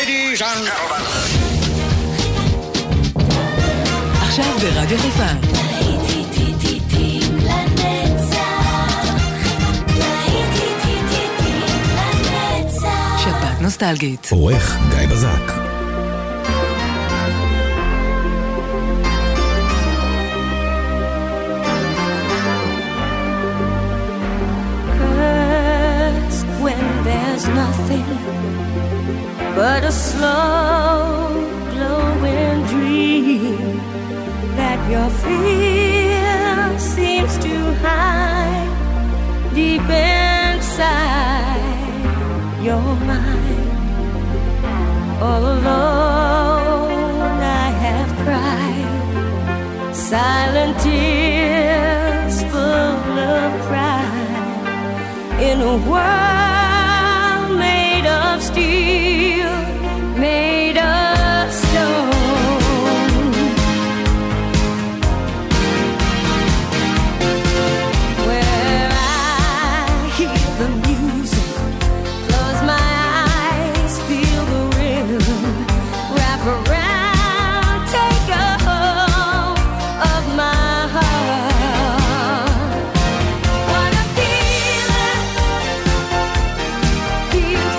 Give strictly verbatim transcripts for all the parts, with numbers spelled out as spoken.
Ladies and gentlemen. עכשיו ברדיו חיפה. שבת נוסטלגית. עורך גיא בזק. Nothing but a slow glowing dream that your fear seems to hide deep inside your mind. All alone I have cried silent tears full of pride in a world of steel, made of stone. Where I hear the music, close my eyes, feel the rhythm, wrap around, take a hold of my heart. What a feeling, feels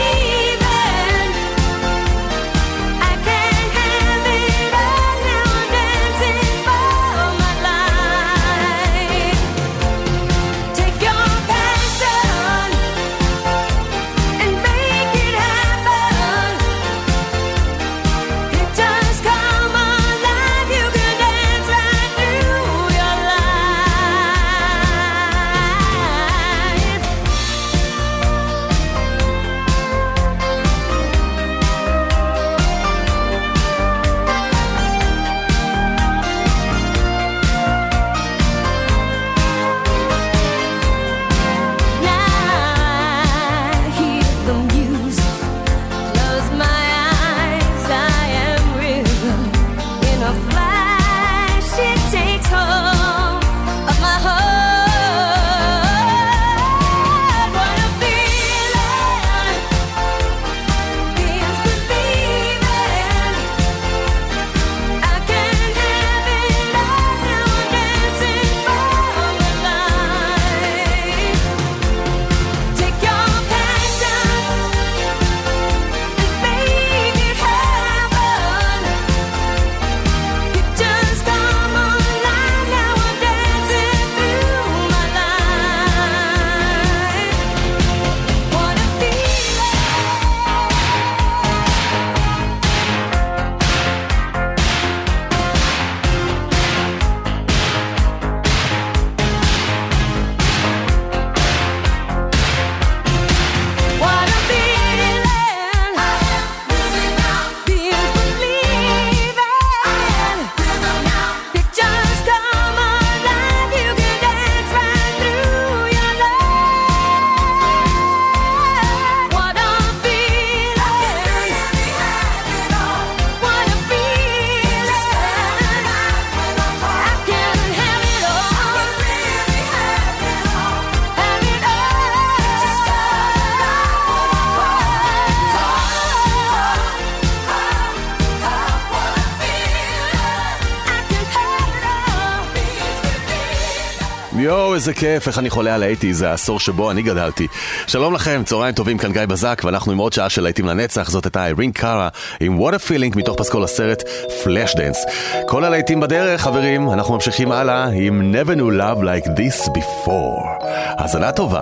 יואו, איזה כיף, איך אני חולה על האייטיז, זה העשור שבו אני גדלתי. שלום לכם, צהריים טובים, כאן גיא בזק, ואנחנו עם עוד שעה של להיטים לנצח. זאת הייתה אירין קארה עם What a Feeling מתוך פסקול הסרט פלאש דנס. כל הלהיטים בדרך, חברים, אנחנו ממשיכים הלאה עם Never Knew Love Like This Before. האזנה טובה.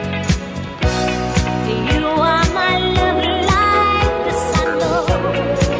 You are my love light, this I know.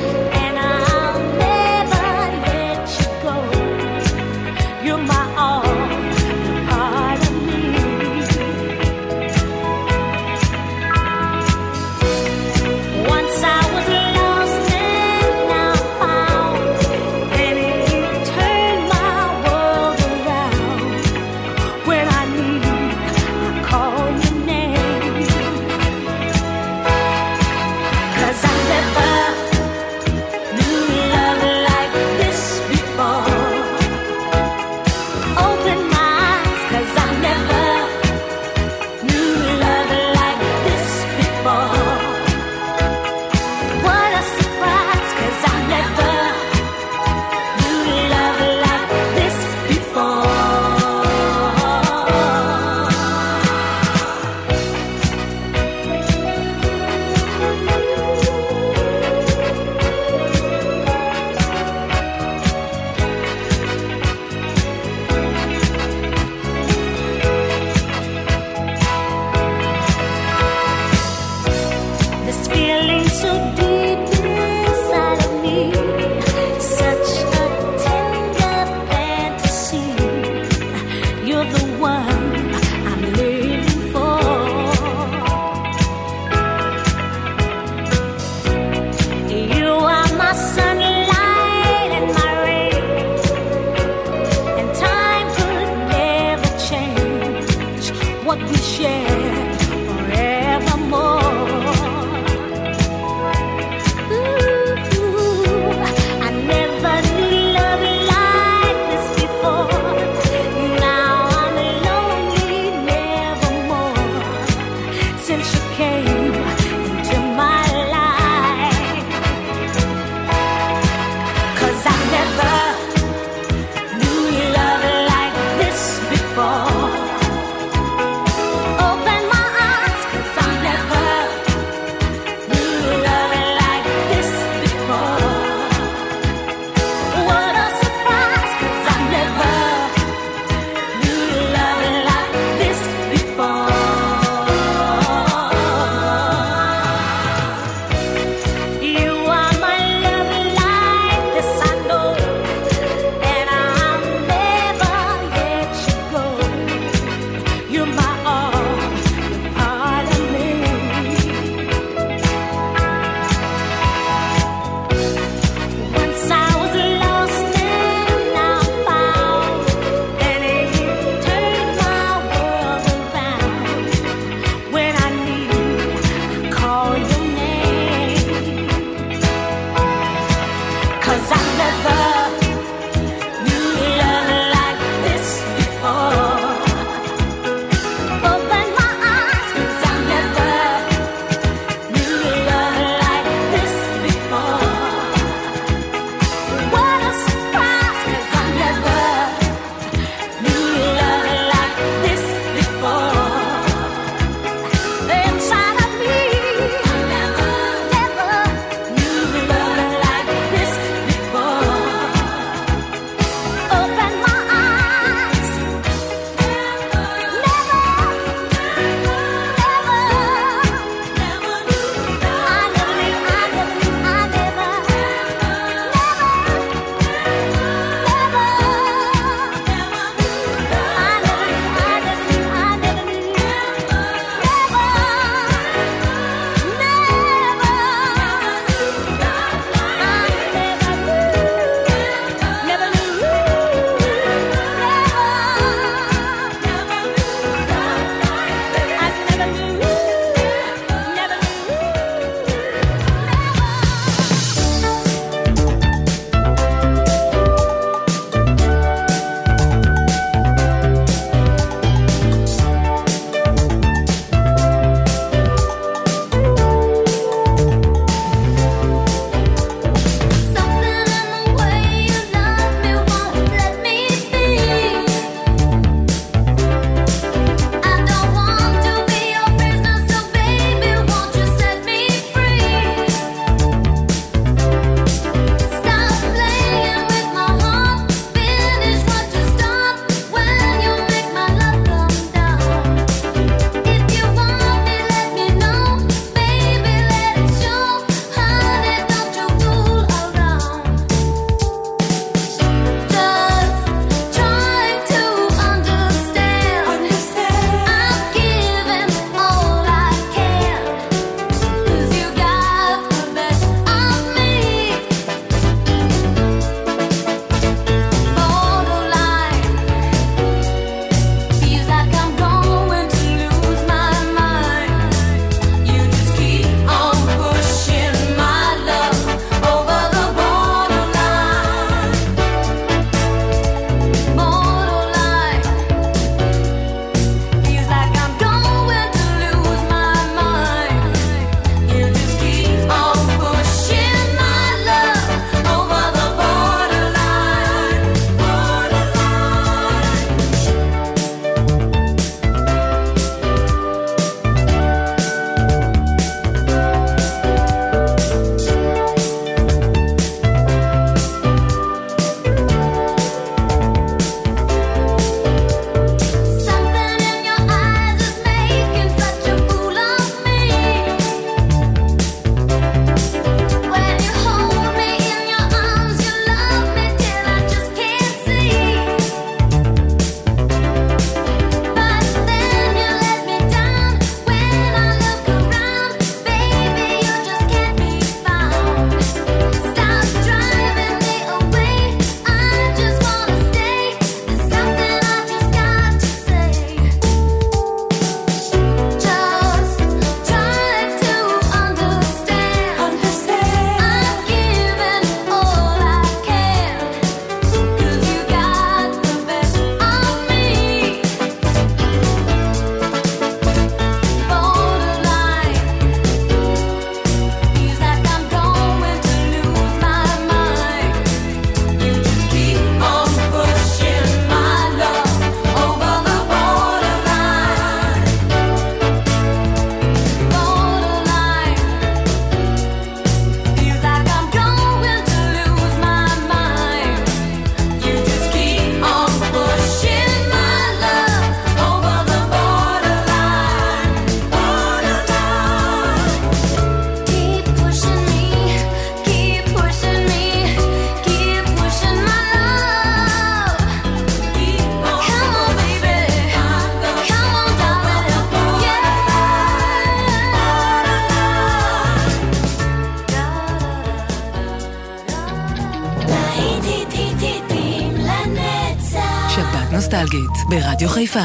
נוסטלגית, ברדיו חיפה.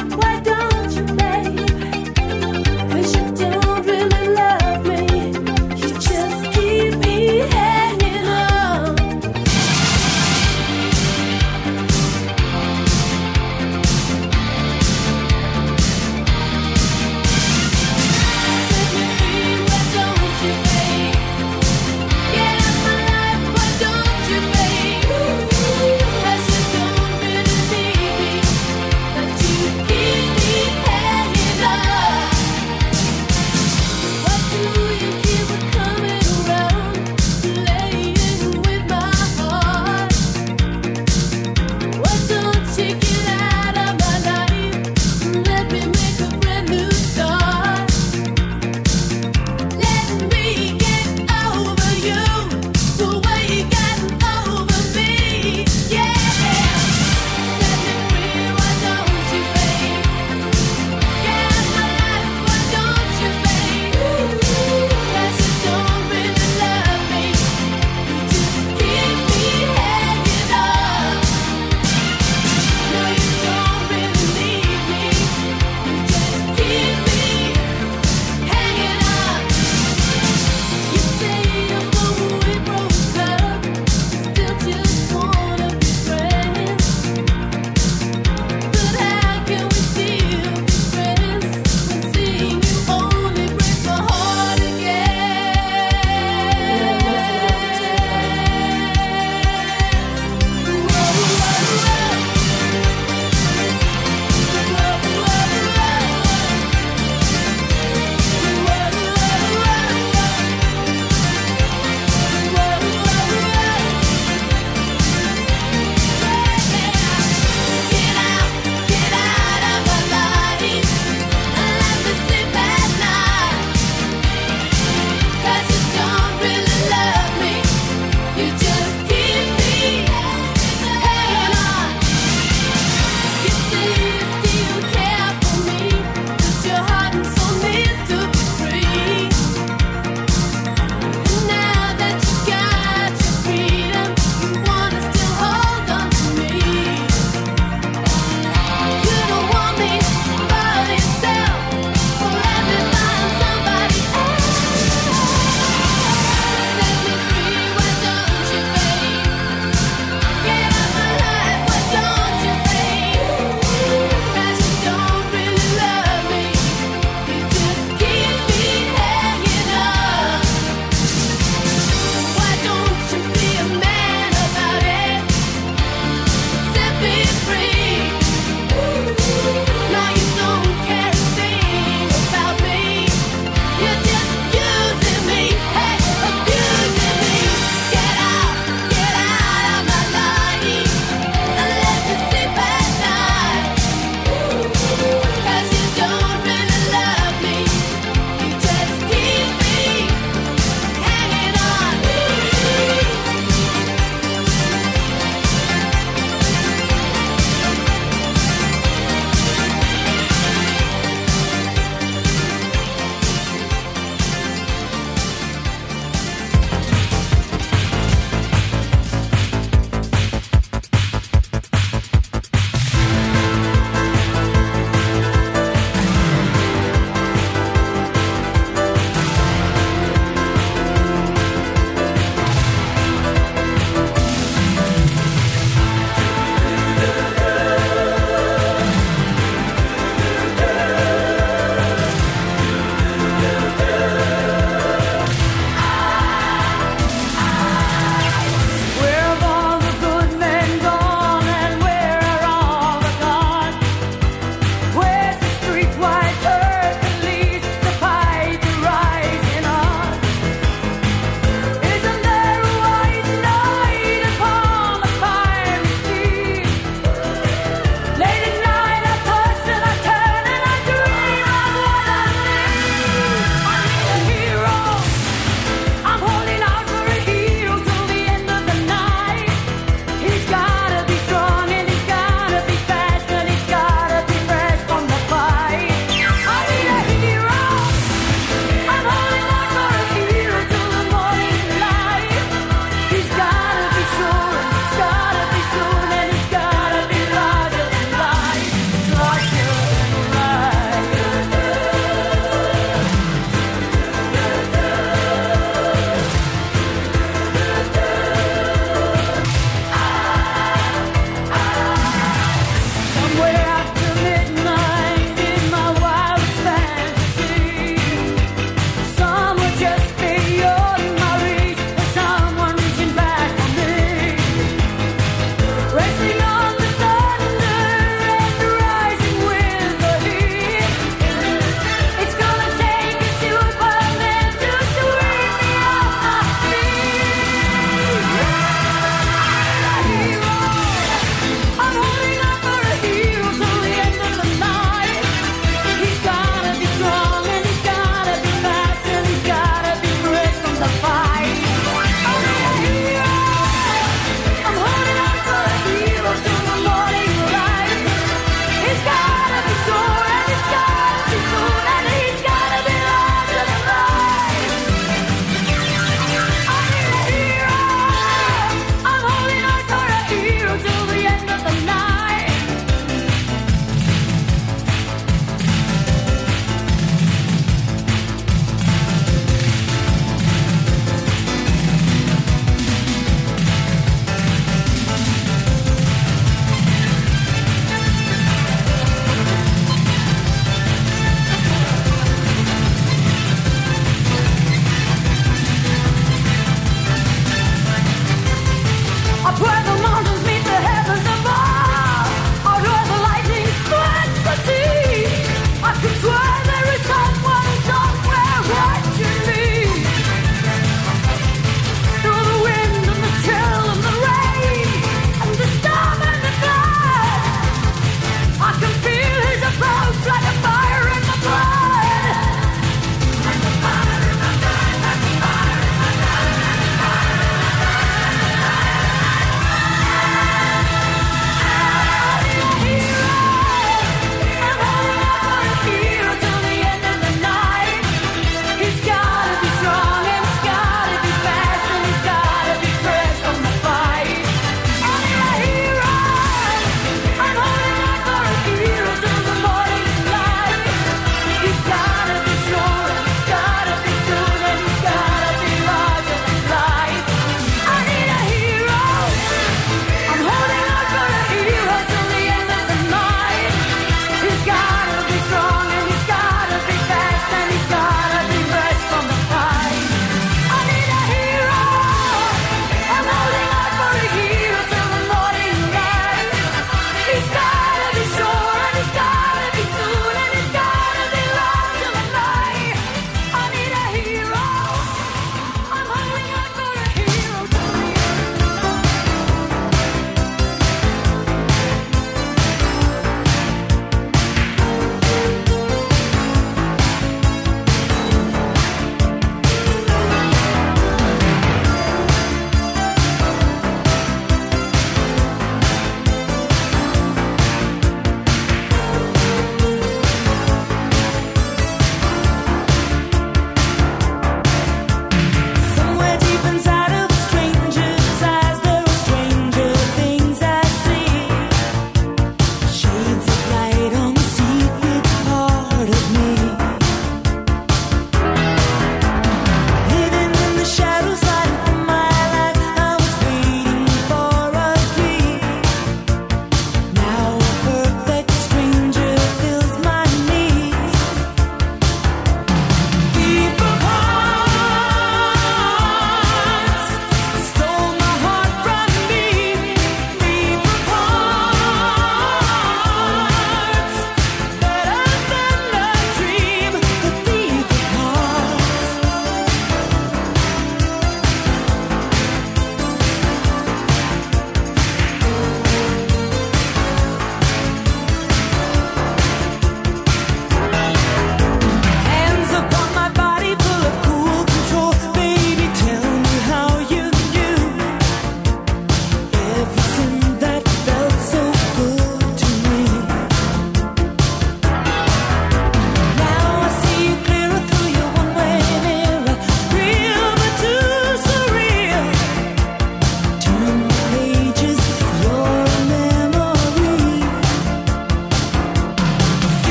Cause you don't really love me.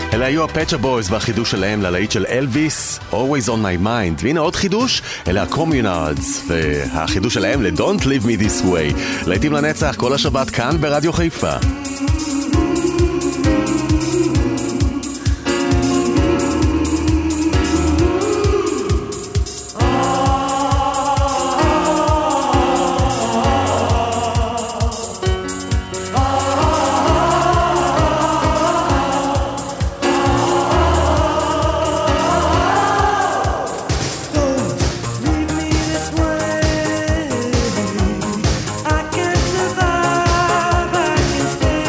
אלה היו הפצ'ה בויז והחידוש שלהם ללהיט של אלוויס, Always on my mind. והנה עוד חידוש, אלה הקומיונארדס, והחידוש שלהם ל-Don't leave me this way. להיטים לנצח כל השבת כאן ברדיו חיפה. I can't survive, I can't stay.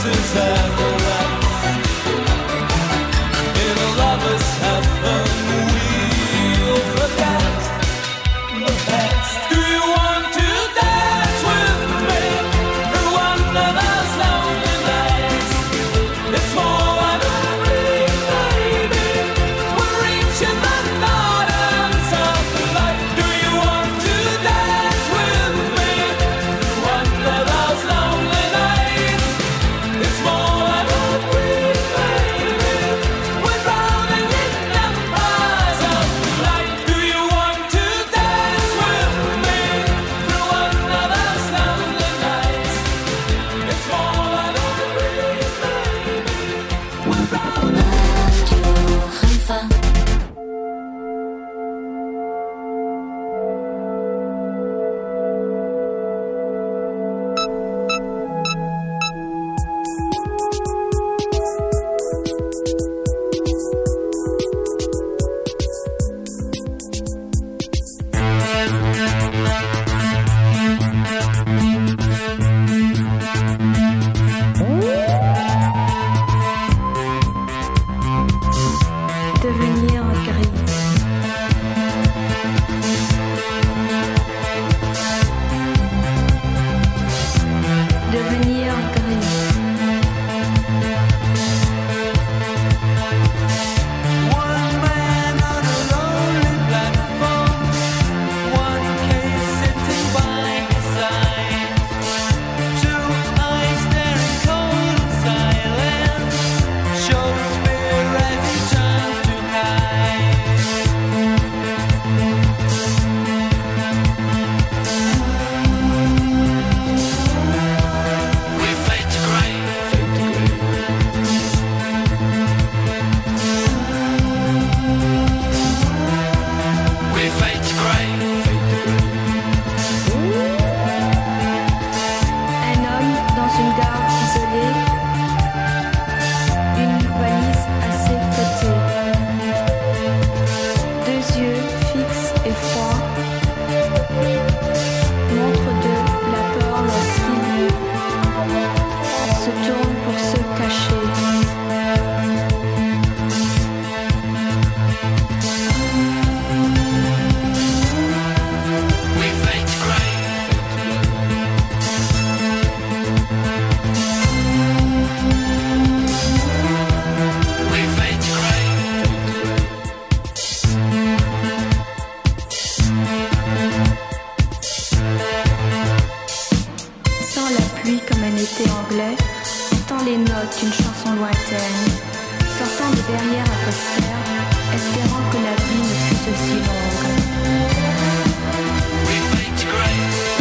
faces ever left. In a lover's heaven, we'll forget the past. Do you want to dance with me through one of those lonely nights? It's more than a dream, baby. We're reaching the gardens of light. Do you want to dance with me through one of those lonely nights? It's more than a dream, baby. We're drowning in empires of light. Do you want to dance with me through one of those lonely nights? It's more than a dream, baby. We're drowning. Devenir gris. Devenir gris. One man on a lonely platform, one case sitting by his side, two eyes staring cold and silent, shows fear every chance to hide. We fade to grey. We fade to grey. Un homme dans une gare isolée, une valise à ses côtés, deux yeux fixes et froids, montre de la peur lorsqu'il se tourne pour se cacher. We fade to grey. We fade to grey. Sans la pluie comme un été anglais, entend les notes d'une chanson lointaine, sortant de derrière un poster, espérant que la vie ne fût aussi longue. We fade to grey.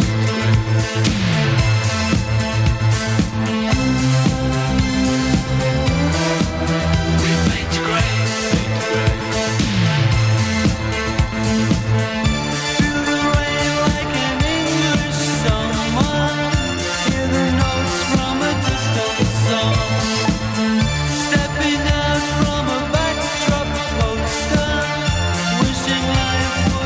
We fade to grey. Feel the rain like an English summer. Hear the notes from a distant song. Stepping out from a backdrop poster, wishing life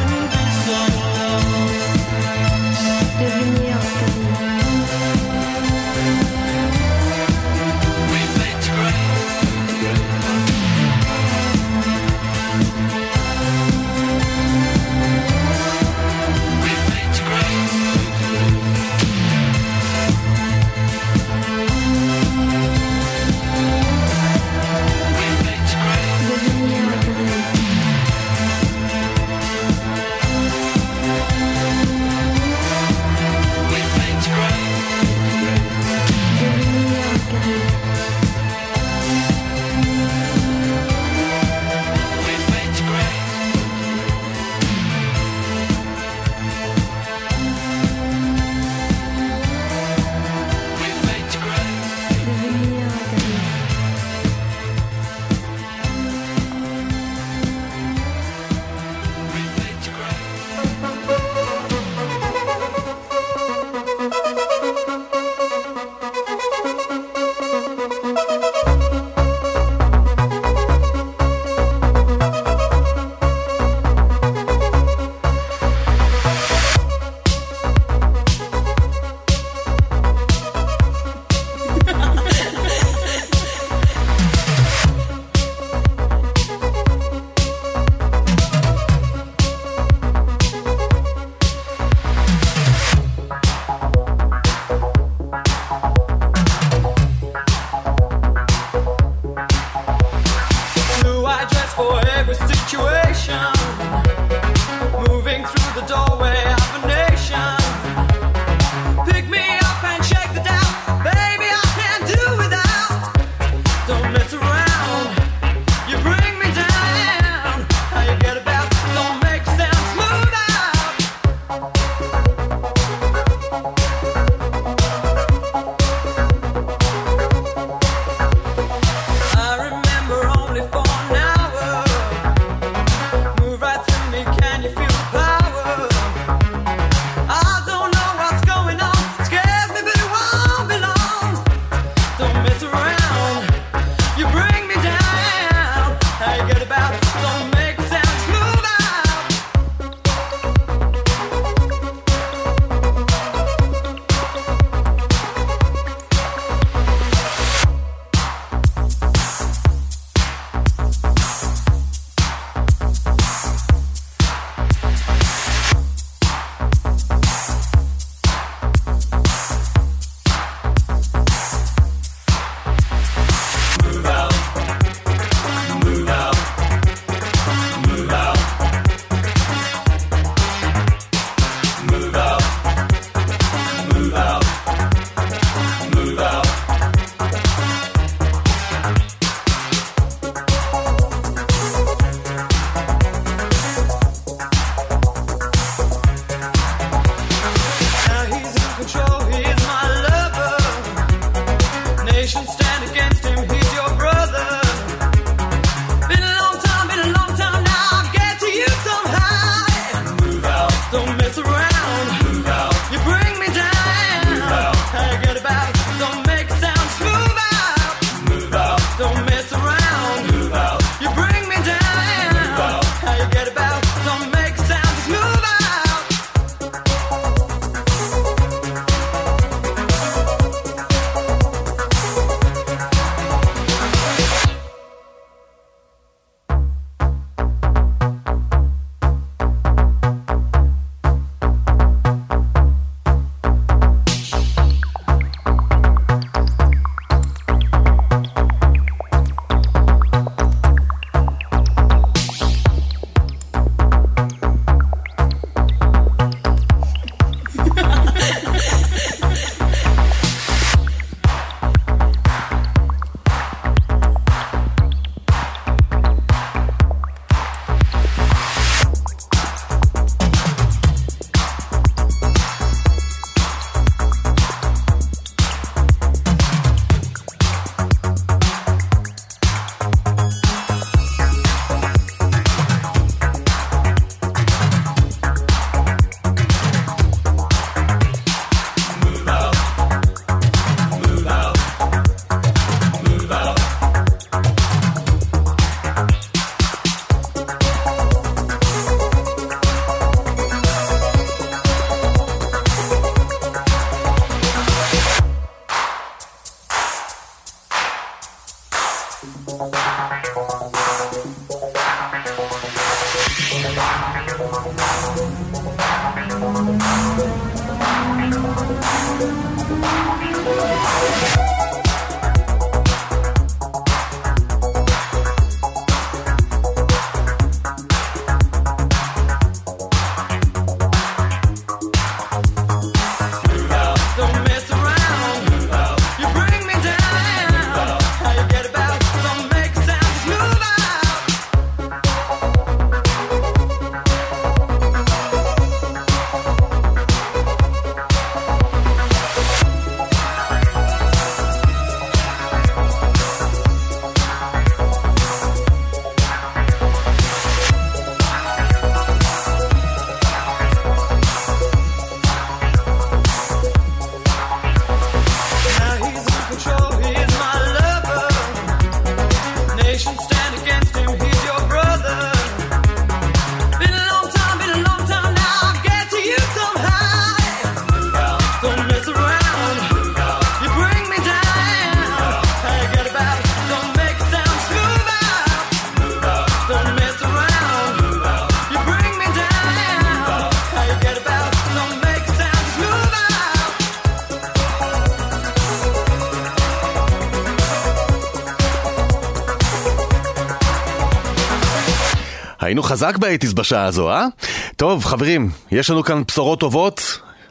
היינו חזק באייטיז בשעה הזו, אה? טוב, חברים, יש לנו כאן בשורות טובות.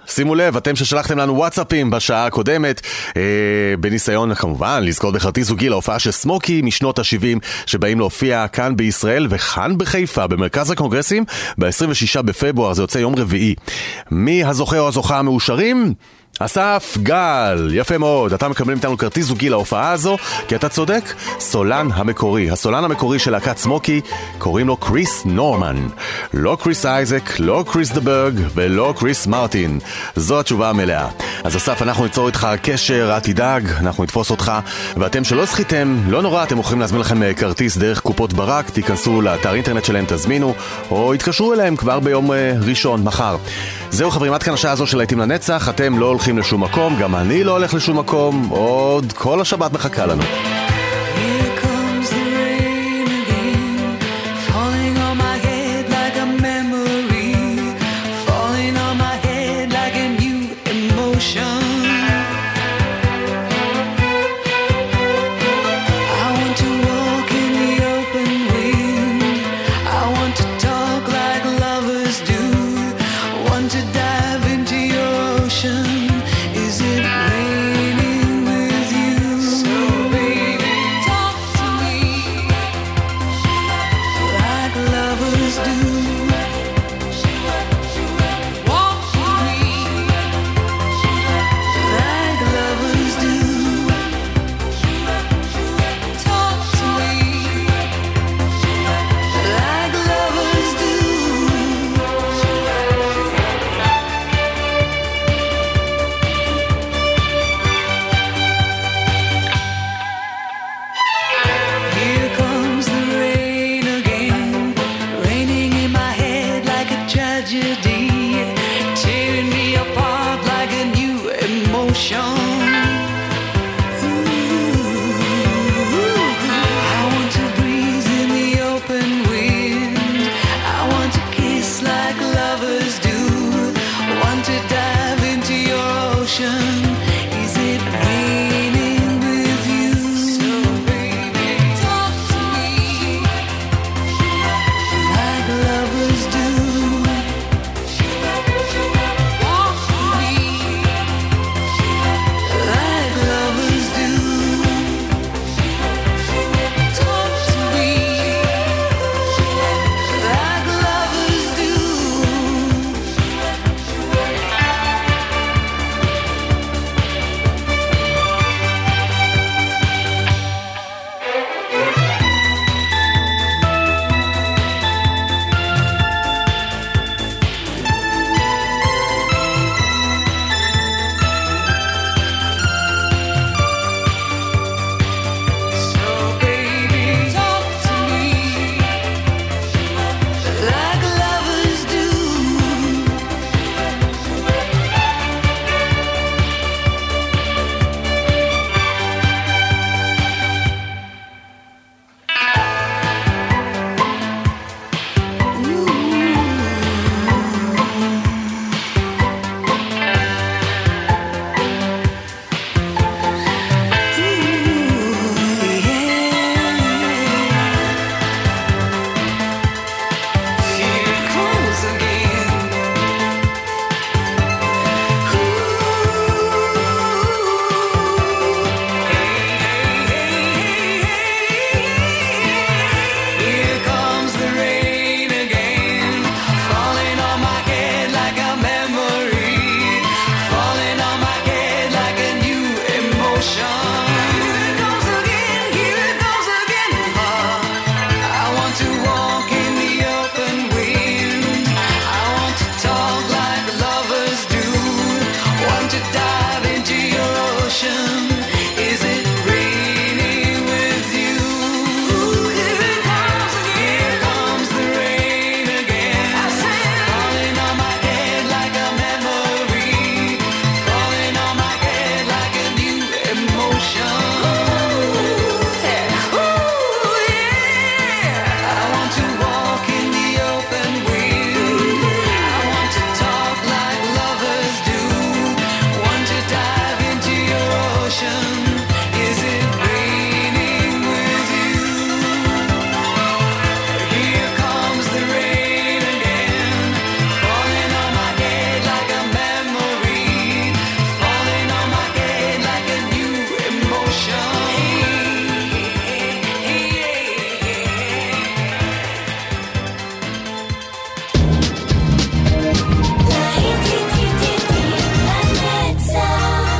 שימו לב, אתם ששלחתם לנו וואטסאפים בשעה הקודמת, אה, בניסיון כמובן לזכות בכרטיס זוגי להופעה של סמוקי משנות ה-שבעים, שבאים להופיע כאן בישראל וכאן בחיפה, במרכז הקונגרסים, ב-עשרים ושישה בפברואר, זה יוצא יום רביעי. מי הזוכה או הזוכה המאושרים? אסף גל, יפה מאוד, אתה מקבלים איתנו כרטיס זוגי להופעה הזו, כי אתה צודק, סולן המקורי, הסולן המקורי של להקת סמוקי, קוראים לו קריס נורמן. לא קריס אייזק, לא קריס דברג ולא קריס מרטין. זו התשובה המלאה. אז אסף, אנחנו ניצור איתך קשר, אל תדאג, אנחנו נתפוס אותך, ואתם שלא זכיתם, לא נורא, אתם יכולים להזמין לכם כרטיס דרך קופות ברק, תיכנסו לאתר אינטרנט שלהם, תזמינו, או התקשרו אליהם כבר ביום ראשון, מחר. זהו חברים, עד כאן השעה הזו של להיטים לנצח, אתם לא הולכים לשום מקום, גם אני לא הולך לשום מקום, עוד כל השבת מחכה לנו.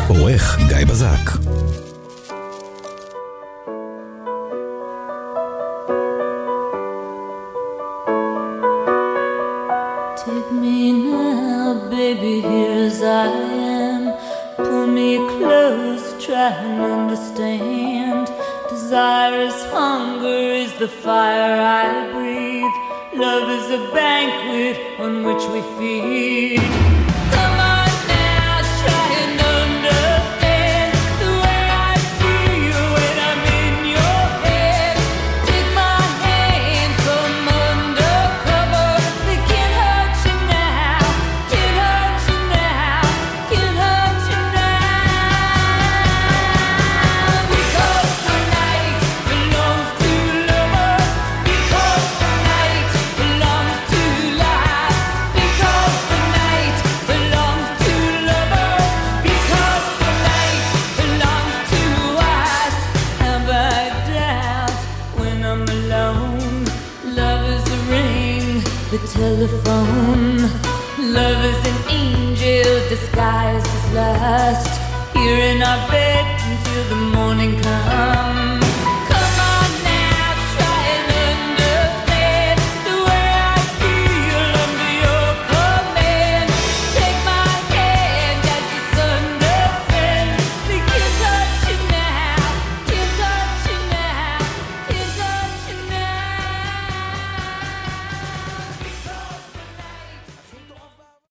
עורך גיא בזק. Take me now, baby, here as I am. Pull me close, try and understand. Desire is hunger, is the fire I breathe. Love is a banquet on which we feed. Come on now, try and understand the way I feel when I'm in your head. Take my hand from under cover. They can't hurt you now, can't hurt you now, can't hurt you now. Because the night belongs to lovers. Because the night belongs to life. Because the night belongs to lovers. Because the night belongs to us. Have I doubt when I'm alone? Love is a ring, the telephone. Love is an angel disguised as lust. Here in our bed until the morning comes.